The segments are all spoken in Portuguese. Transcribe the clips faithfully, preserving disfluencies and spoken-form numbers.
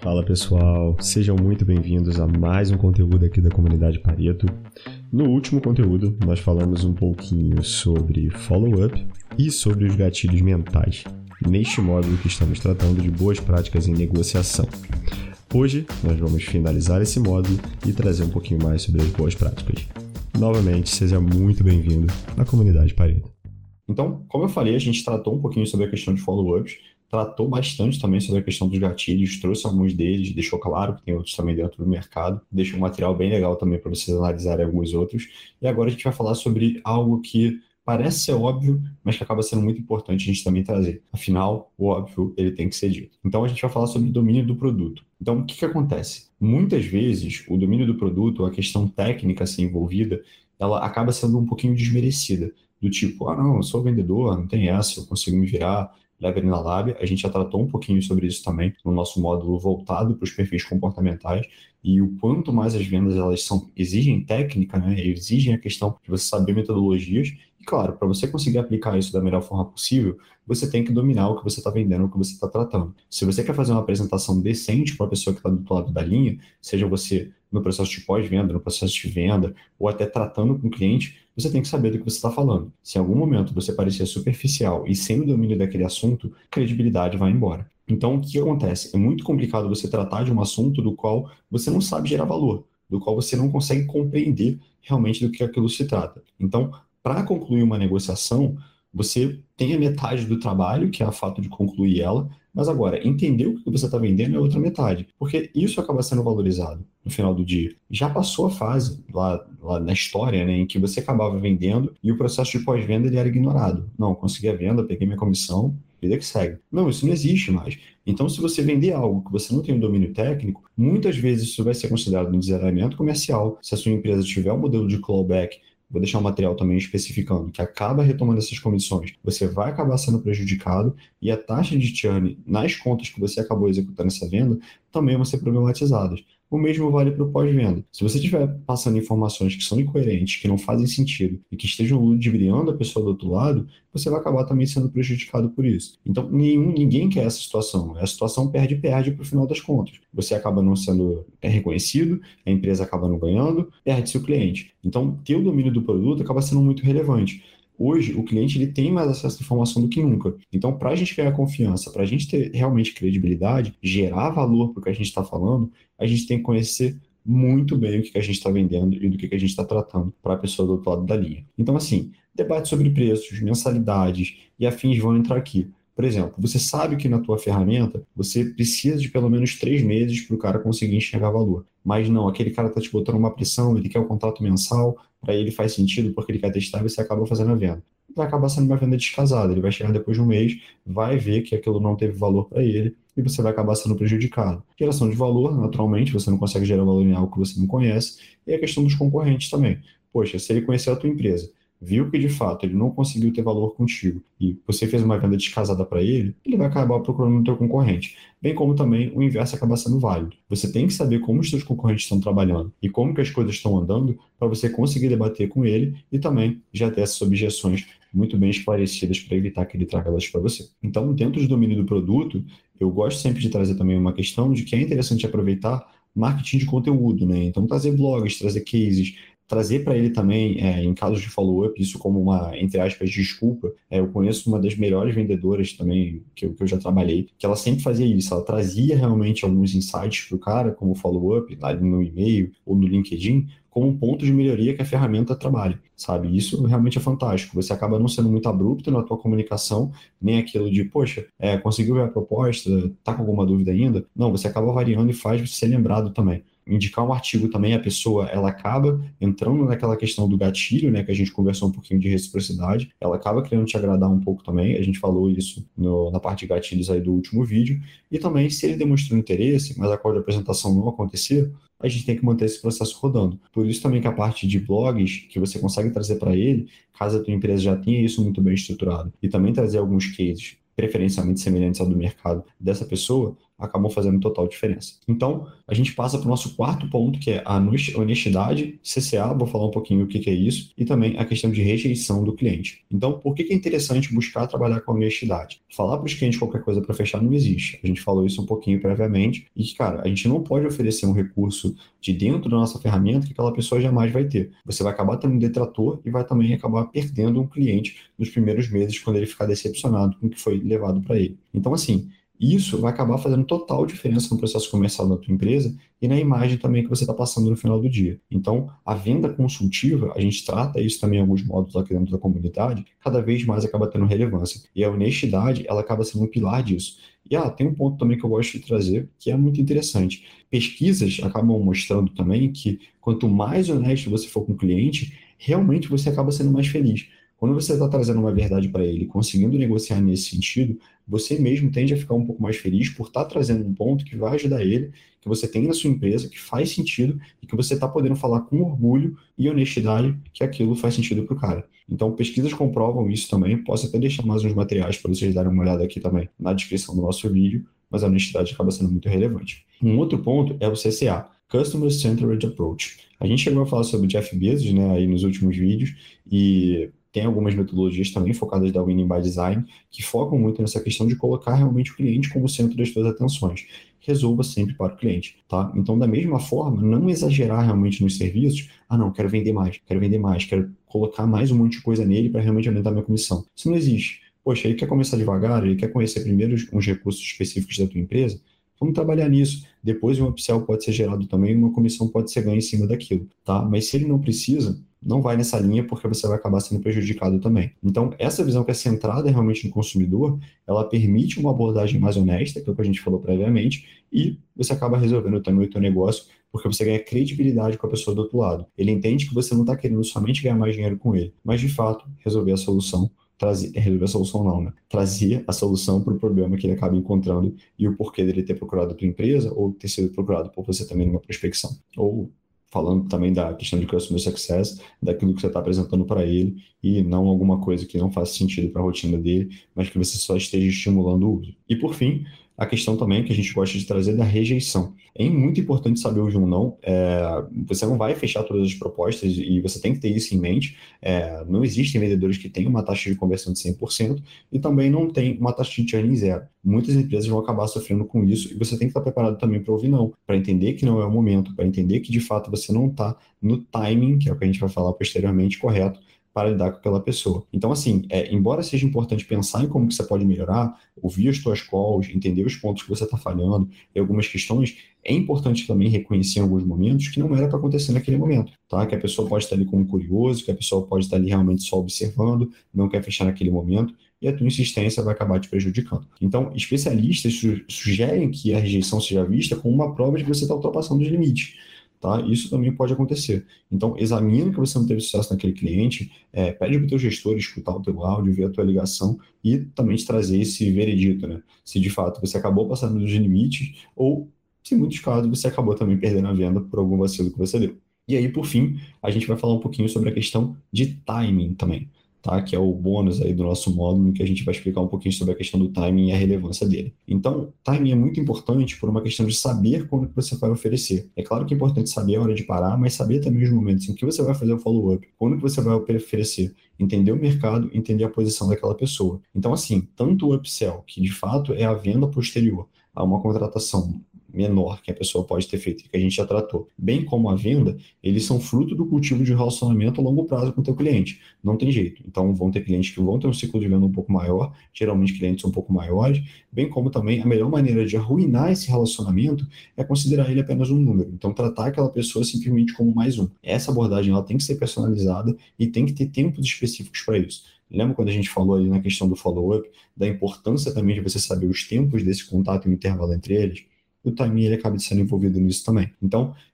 Fala pessoal, sejam muito bem-vindos a mais um conteúdo aqui da comunidade Pareto. No último conteúdo, nós falamos um pouquinho sobre follow-up e sobre os gatilhos mentais, neste módulo que estamos tratando de boas práticas em negociação. Hoje, nós vamos finalizar esse módulo e trazer um pouquinho mais sobre as boas práticas. Novamente, seja muito bem-vindo à comunidade Pareto. Então, como eu falei, a gente tratou um pouquinho sobre a questão de follow-ups, tratou bastante também sobre a questão dos gatilhos, trouxe alguns deles, deixou claro que tem outros também dentro do mercado, deixou um material bem legal também para vocês analisarem alguns outros. E agora a gente vai falar sobre algo que parece ser óbvio, mas que acaba sendo muito importante a gente também trazer. Afinal, o óbvio, ele tem que ser dito. Então, a gente vai falar sobre o domínio do produto. Então, o que, que acontece? Muitas vezes, o domínio do produto, a questão técnica assim, envolvida, ela acaba sendo um pouquinho desmerecida. Do tipo, ah, não, eu sou vendedor, não tem essa, eu consigo me virar, leva ele na lábia. A gente já tratou um pouquinho sobre isso também no nosso módulo voltado para os perfis comportamentais e o quanto mais as vendas elas são, exigem técnica, né, exigem a questão de você saber metodologias. E claro, para você conseguir aplicar isso da melhor forma possível, você tem que dominar o que você está vendendo, o que você está tratando. Se você quer fazer uma apresentação decente para a pessoa que está do outro lado da linha, seja você no processo de pós-venda, no processo de venda, ou até tratando com o cliente, você tem que saber do que você está falando. Se em algum momento você parecer superficial e sem o domínio daquele assunto, credibilidade vai embora. Então, o que acontece? É muito complicado você tratar de um assunto do qual você não sabe gerar valor, do qual você não consegue compreender realmente do que aquilo se trata. Então, para concluir uma negociação, você tem a metade do trabalho, que é o fato de concluir ela, mas agora, entender o que você está vendendo é outra metade, porque isso acaba sendo valorizado no final do dia. Já passou a fase lá, lá na história, né, em que você acabava vendendo e o processo de pós-venda ele era ignorado. Não, consegui a venda, peguei minha comissão, vida que segue. Não, isso não existe mais. Então, se você vender algo que você não tem o domínio técnico, muitas vezes isso vai ser considerado um desalinhamento comercial. Se a sua empresa tiver um modelo de clawback, vou deixar um material também especificando, que acaba retomando essas comissões, você vai acabar sendo prejudicado e a taxa de churn nas contas que você acabou executando essa venda também vão ser problematizadas. O mesmo vale para o pós-venda. Se você estiver passando informações que são incoerentes, que não fazem sentido e que estejam ludibriando a pessoa do outro lado, você vai acabar também sendo prejudicado por isso. Então, nenhum, ninguém quer essa situação. A situação perde-perde para o final das contas. Você acaba não sendo reconhecido, a empresa acaba não ganhando, perde-se o cliente. Então, ter o domínio do produto acaba sendo muito relevante. Hoje, o cliente ele tem mais acesso à informação do que nunca. Então, para a gente ganhar confiança, para a gente ter realmente credibilidade, gerar valor para o que a gente está falando, a gente tem que conhecer muito bem o que a gente está vendendo e do que a gente está tratando para a pessoa do outro lado da linha. Então, assim, debate sobre preços, mensalidades e afins vão entrar aqui. Por exemplo, você sabe que na tua ferramenta você precisa de pelo menos três meses para o cara conseguir enxergar valor. Mas não, aquele cara está te botando uma pressão, ele quer o contrato mensal, para ele faz sentido porque ele quer testar e você acaba fazendo a venda. Vai acabar sendo uma venda descasada, ele vai chegar depois de um mês, vai ver que aquilo não teve valor para ele e você vai acabar sendo prejudicado. Geração de valor, naturalmente, você não consegue gerar valor em algo que você não conhece, e a questão dos concorrentes também. Poxa, se ele conhecer a tua empresa, viu que de fato ele não conseguiu ter valor contigo e você fez uma venda descasada para ele, ele vai acabar procurando o teu concorrente. Bem como também o inverso acaba sendo válido. Você tem que saber como os seus concorrentes estão trabalhando e como que as coisas estão andando para você conseguir debater com ele e também já ter essas objeções muito bem esclarecidas para evitar que ele traga elas para você. Então, dentro do domínio do produto, eu gosto sempre de trazer também uma questão de que é interessante aproveitar marketing de conteúdo, né? Então, trazer blogs, trazer cases, trazer para ele também, é, em casos de follow-up, isso como uma, entre aspas, desculpa. É, eu conheço uma das melhores vendedoras também que eu, que eu já trabalhei, que ela sempre fazia isso, ela trazia realmente alguns insights para o cara, como follow-up, lá no e-mail ou no LinkedIn, como um ponto de melhoria que a ferramenta trabalha, sabe? Isso realmente é fantástico. Você acaba não sendo muito abrupto na tua comunicação, nem aquilo de, poxa, é, conseguiu ver a proposta, tá com alguma dúvida ainda? Não, você acaba variando e faz você ser lembrado também. Indicar um artigo também, a pessoa, ela acaba entrando naquela questão do gatilho, né, que a gente conversou um pouquinho de reciprocidade, ela acaba querendo te agradar um pouco também, a gente falou isso no, na parte de gatilhos aí do último vídeo, e também, se ele demonstrou interesse, mas a call de apresentação não acontecer, a gente tem que manter esse processo rodando. Por isso também que a parte de blogs, que você consegue trazer para ele, caso a tua empresa já tenha isso muito bem estruturado, e também trazer alguns cases, preferencialmente semelhantes ao do mercado dessa pessoa, acabam fazendo total diferença. Então, a gente passa para o nosso quarto ponto, que é a honestidade, C C A, vou falar um pouquinho o que, que é isso, e também a questão de rejeição do cliente. Então, por que, que é interessante buscar trabalhar com honestidade? Falar para os clientes qualquer coisa para fechar não existe. A gente falou isso um pouquinho previamente, e que, cara, a gente não pode oferecer um recurso de dentro da nossa ferramenta que aquela pessoa jamais vai ter. Você vai acabar tendo um detrator e vai também acabar perdendo um cliente nos primeiros meses quando ele ficar decepcionado com o que foi levado para ele. Então, assim, isso vai acabar fazendo total diferença no processo comercial da tua empresa e na imagem também que você está passando no final do dia. Então, a venda consultiva, a gente trata isso também em alguns modos aqui dentro da comunidade, cada vez mais acaba tendo relevância. E a honestidade, ela acaba sendo um pilar disso. E ah, tem um ponto também que eu gosto de trazer, que é muito interessante. Pesquisas acabam mostrando também que quanto mais honesto você for com o cliente, realmente você acaba sendo mais feliz. Quando você está trazendo uma verdade para ele, conseguindo negociar nesse sentido, você mesmo tende a ficar um pouco mais feliz por estar trazendo um ponto que vai ajudar ele, que você tem na sua empresa, que faz sentido e que você está podendo falar com orgulho e honestidade que aquilo faz sentido para o cara. Então, pesquisas comprovam isso também. Posso até deixar mais uns materiais para vocês darem uma olhada aqui também na descrição do nosso vídeo, mas a honestidade acaba sendo muito relevante. Um outro ponto é o C C A, Customer Centered Approach. A gente chegou a falar sobre Jeff Bezos, né, aí nos últimos vídeos, e tem algumas metodologias também focadas da Winning by Design, que focam muito nessa questão de colocar realmente o cliente como centro das suas atenções. Resolva sempre para o cliente, tá? Então, da mesma forma, não exagerar realmente nos serviços. Ah, não, quero vender mais, quero vender mais, quero colocar mais um monte de coisa nele para realmente aumentar minha comissão. Isso não existe. Poxa, ele quer começar devagar, ele quer conhecer primeiro uns recursos específicos da tua empresa. Vamos trabalhar nisso. Depois um upsell pode ser gerado também, uma comissão pode ser ganha em cima daquilo, tá? Mas se ele não precisa, não vai nessa linha porque você vai acabar sendo prejudicado também. Então, essa visão que é centrada realmente no consumidor, ela permite uma abordagem mais honesta, que é o que a gente falou previamente, e você acaba resolvendo também o teu negócio porque você ganha credibilidade com a pessoa do outro lado. Ele entende que você não está querendo somente ganhar mais dinheiro com ele, mas de fato resolver a solução. Trazer, resolver a solução não, né? Trazer a solução para o problema que ele acaba encontrando e o porquê dele ter procurado a tua empresa ou ter sido procurado por você também numa prospecção. Ou falando também da questão de customer success, daquilo que você está apresentando para ele e não alguma coisa que não faça sentido para a rotina dele, mas que você só esteja estimulando o uso. E por fim, a questão também que a gente gosta de trazer da rejeição. É muito importante saber hoje um não. É, você não vai fechar todas as propostas e você tem que ter isso em mente. É, não existem vendedores que têm uma taxa de conversão de cem por cento e também não tem uma taxa de churn zero. Muitas empresas vão acabar sofrendo com isso e você tem que estar preparado também para ouvir não, para entender que não é o momento, para entender que de fato você não está no timing, que é o que a gente vai falar posteriormente, correto, para lidar com aquela pessoa. Então, assim, é, embora seja importante pensar em como que você pode melhorar, ouvir as suas calls, entender os pontos que você está falhando e algumas questões, é importante também reconhecer em alguns momentos que não era para acontecer naquele momento, tá? Que a pessoa pode estar ali como curioso, que a pessoa pode estar ali realmente só observando, não quer fechar naquele momento, e a tua insistência vai acabar te prejudicando. Então, especialistas su- sugerem que a rejeição seja vista como uma prova de que você está ultrapassando os limites. Tá? Isso também pode acontecer. Então, examina que você não teve sucesso naquele cliente, é, pede para o teu gestor escutar o teu áudio, ver a tua ligação e também te trazer esse veredito, né? Se de fato você acabou passando dos limites ou, se em muitos casos, você acabou também perdendo a venda por algum vacilo que você deu. E aí, por fim, a gente vai falar um pouquinho sobre a questão de timing também, tá? Que é o bônus aí do nosso módulo, em que a gente vai explicar um pouquinho sobre a questão do timing e a relevância dele. Então, timing é muito importante por uma questão de saber quando que você vai oferecer. É claro que é importante saber a hora de parar, mas saber também os momentos em que você vai fazer o follow-up, quando que você vai oferecer, entender o mercado, entender a posição daquela pessoa. Então, assim, tanto o upsell, que de fato é a venda posterior a uma contratação menor que a pessoa pode ter feito, que a gente já tratou, bem como a venda, eles são fruto do cultivo de um relacionamento a longo prazo com o teu cliente. Não tem jeito. Então, vão ter clientes que vão ter um ciclo de venda um pouco maior, geralmente clientes um pouco maiores, bem como também a melhor maneira de arruinar esse relacionamento é considerar ele apenas um número. Então, tratar aquela pessoa simplesmente como mais um. Essa abordagem ela tem que ser personalizada e tem que ter tempos específicos para isso. Lembra quando a gente falou ali na questão do follow-up, da importância também de você saber os tempos desse contato e o intervalo entre eles? O timing ele acaba sendo envolvido nisso também. Então,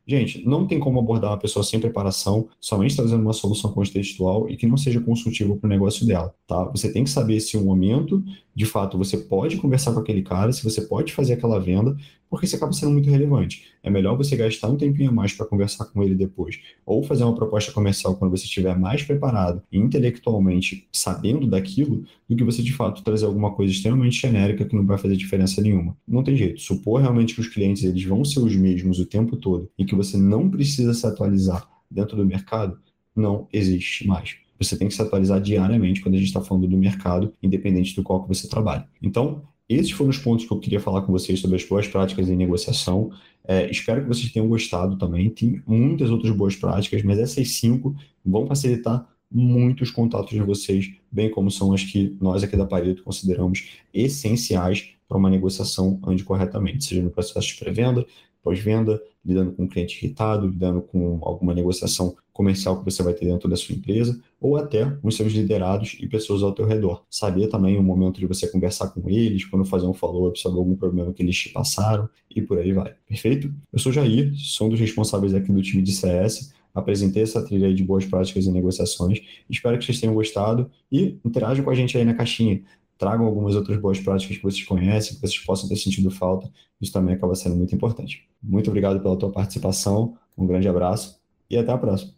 Gente, não tem como abordar uma pessoa sem preparação, somente trazendo uma solução contextual e que não seja consultiva para o negócio dela, tá? Você tem que saber se o momento, de fato, você pode conversar com aquele cara, se você pode fazer aquela venda, porque isso acaba sendo muito relevante. É melhor você gastar um tempinho a mais para conversar com ele depois, ou fazer uma proposta comercial quando você estiver mais preparado e intelectualmente sabendo daquilo, do que você, de fato, trazer alguma coisa extremamente genérica que não vai fazer diferença nenhuma. Não tem jeito. Supor realmente que os clientes eles vão ser os mesmos o tempo todo e que você não precisa se atualizar dentro do mercado, não existe mais. Você tem que se atualizar diariamente quando a gente está falando do mercado, independente do qual que você trabalha. Então, esses foram os pontos que eu queria falar com vocês sobre as boas práticas em negociação. É, espero que vocês tenham gostado também. Tem muitas outras boas práticas, mas essas cinco vão facilitar muitos contatos de vocês, bem como são as que nós aqui da Pareto consideramos essenciais para uma negociação ande corretamente, seja no processo de pré-venda, pós-venda, lidando com um cliente irritado, lidando com alguma negociação comercial que você vai ter dentro da sua empresa, ou até com os seus liderados e pessoas ao teu redor. Saber também o momento de você conversar com eles, quando fazer um follow-up sobre algum problema que eles te passaram, e por aí vai. Perfeito? Eu sou o Jair, sou um dos responsáveis aqui do time de C S, apresentei essa trilha aí de boas práticas e negociações, espero que vocês tenham gostado e interajam com a gente aí na caixinha. Tragam algumas outras boas práticas que vocês conhecem, que vocês possam ter sentido falta. Isso também acaba sendo muito importante. Muito obrigado pela tua participação, um grande abraço e até a próxima.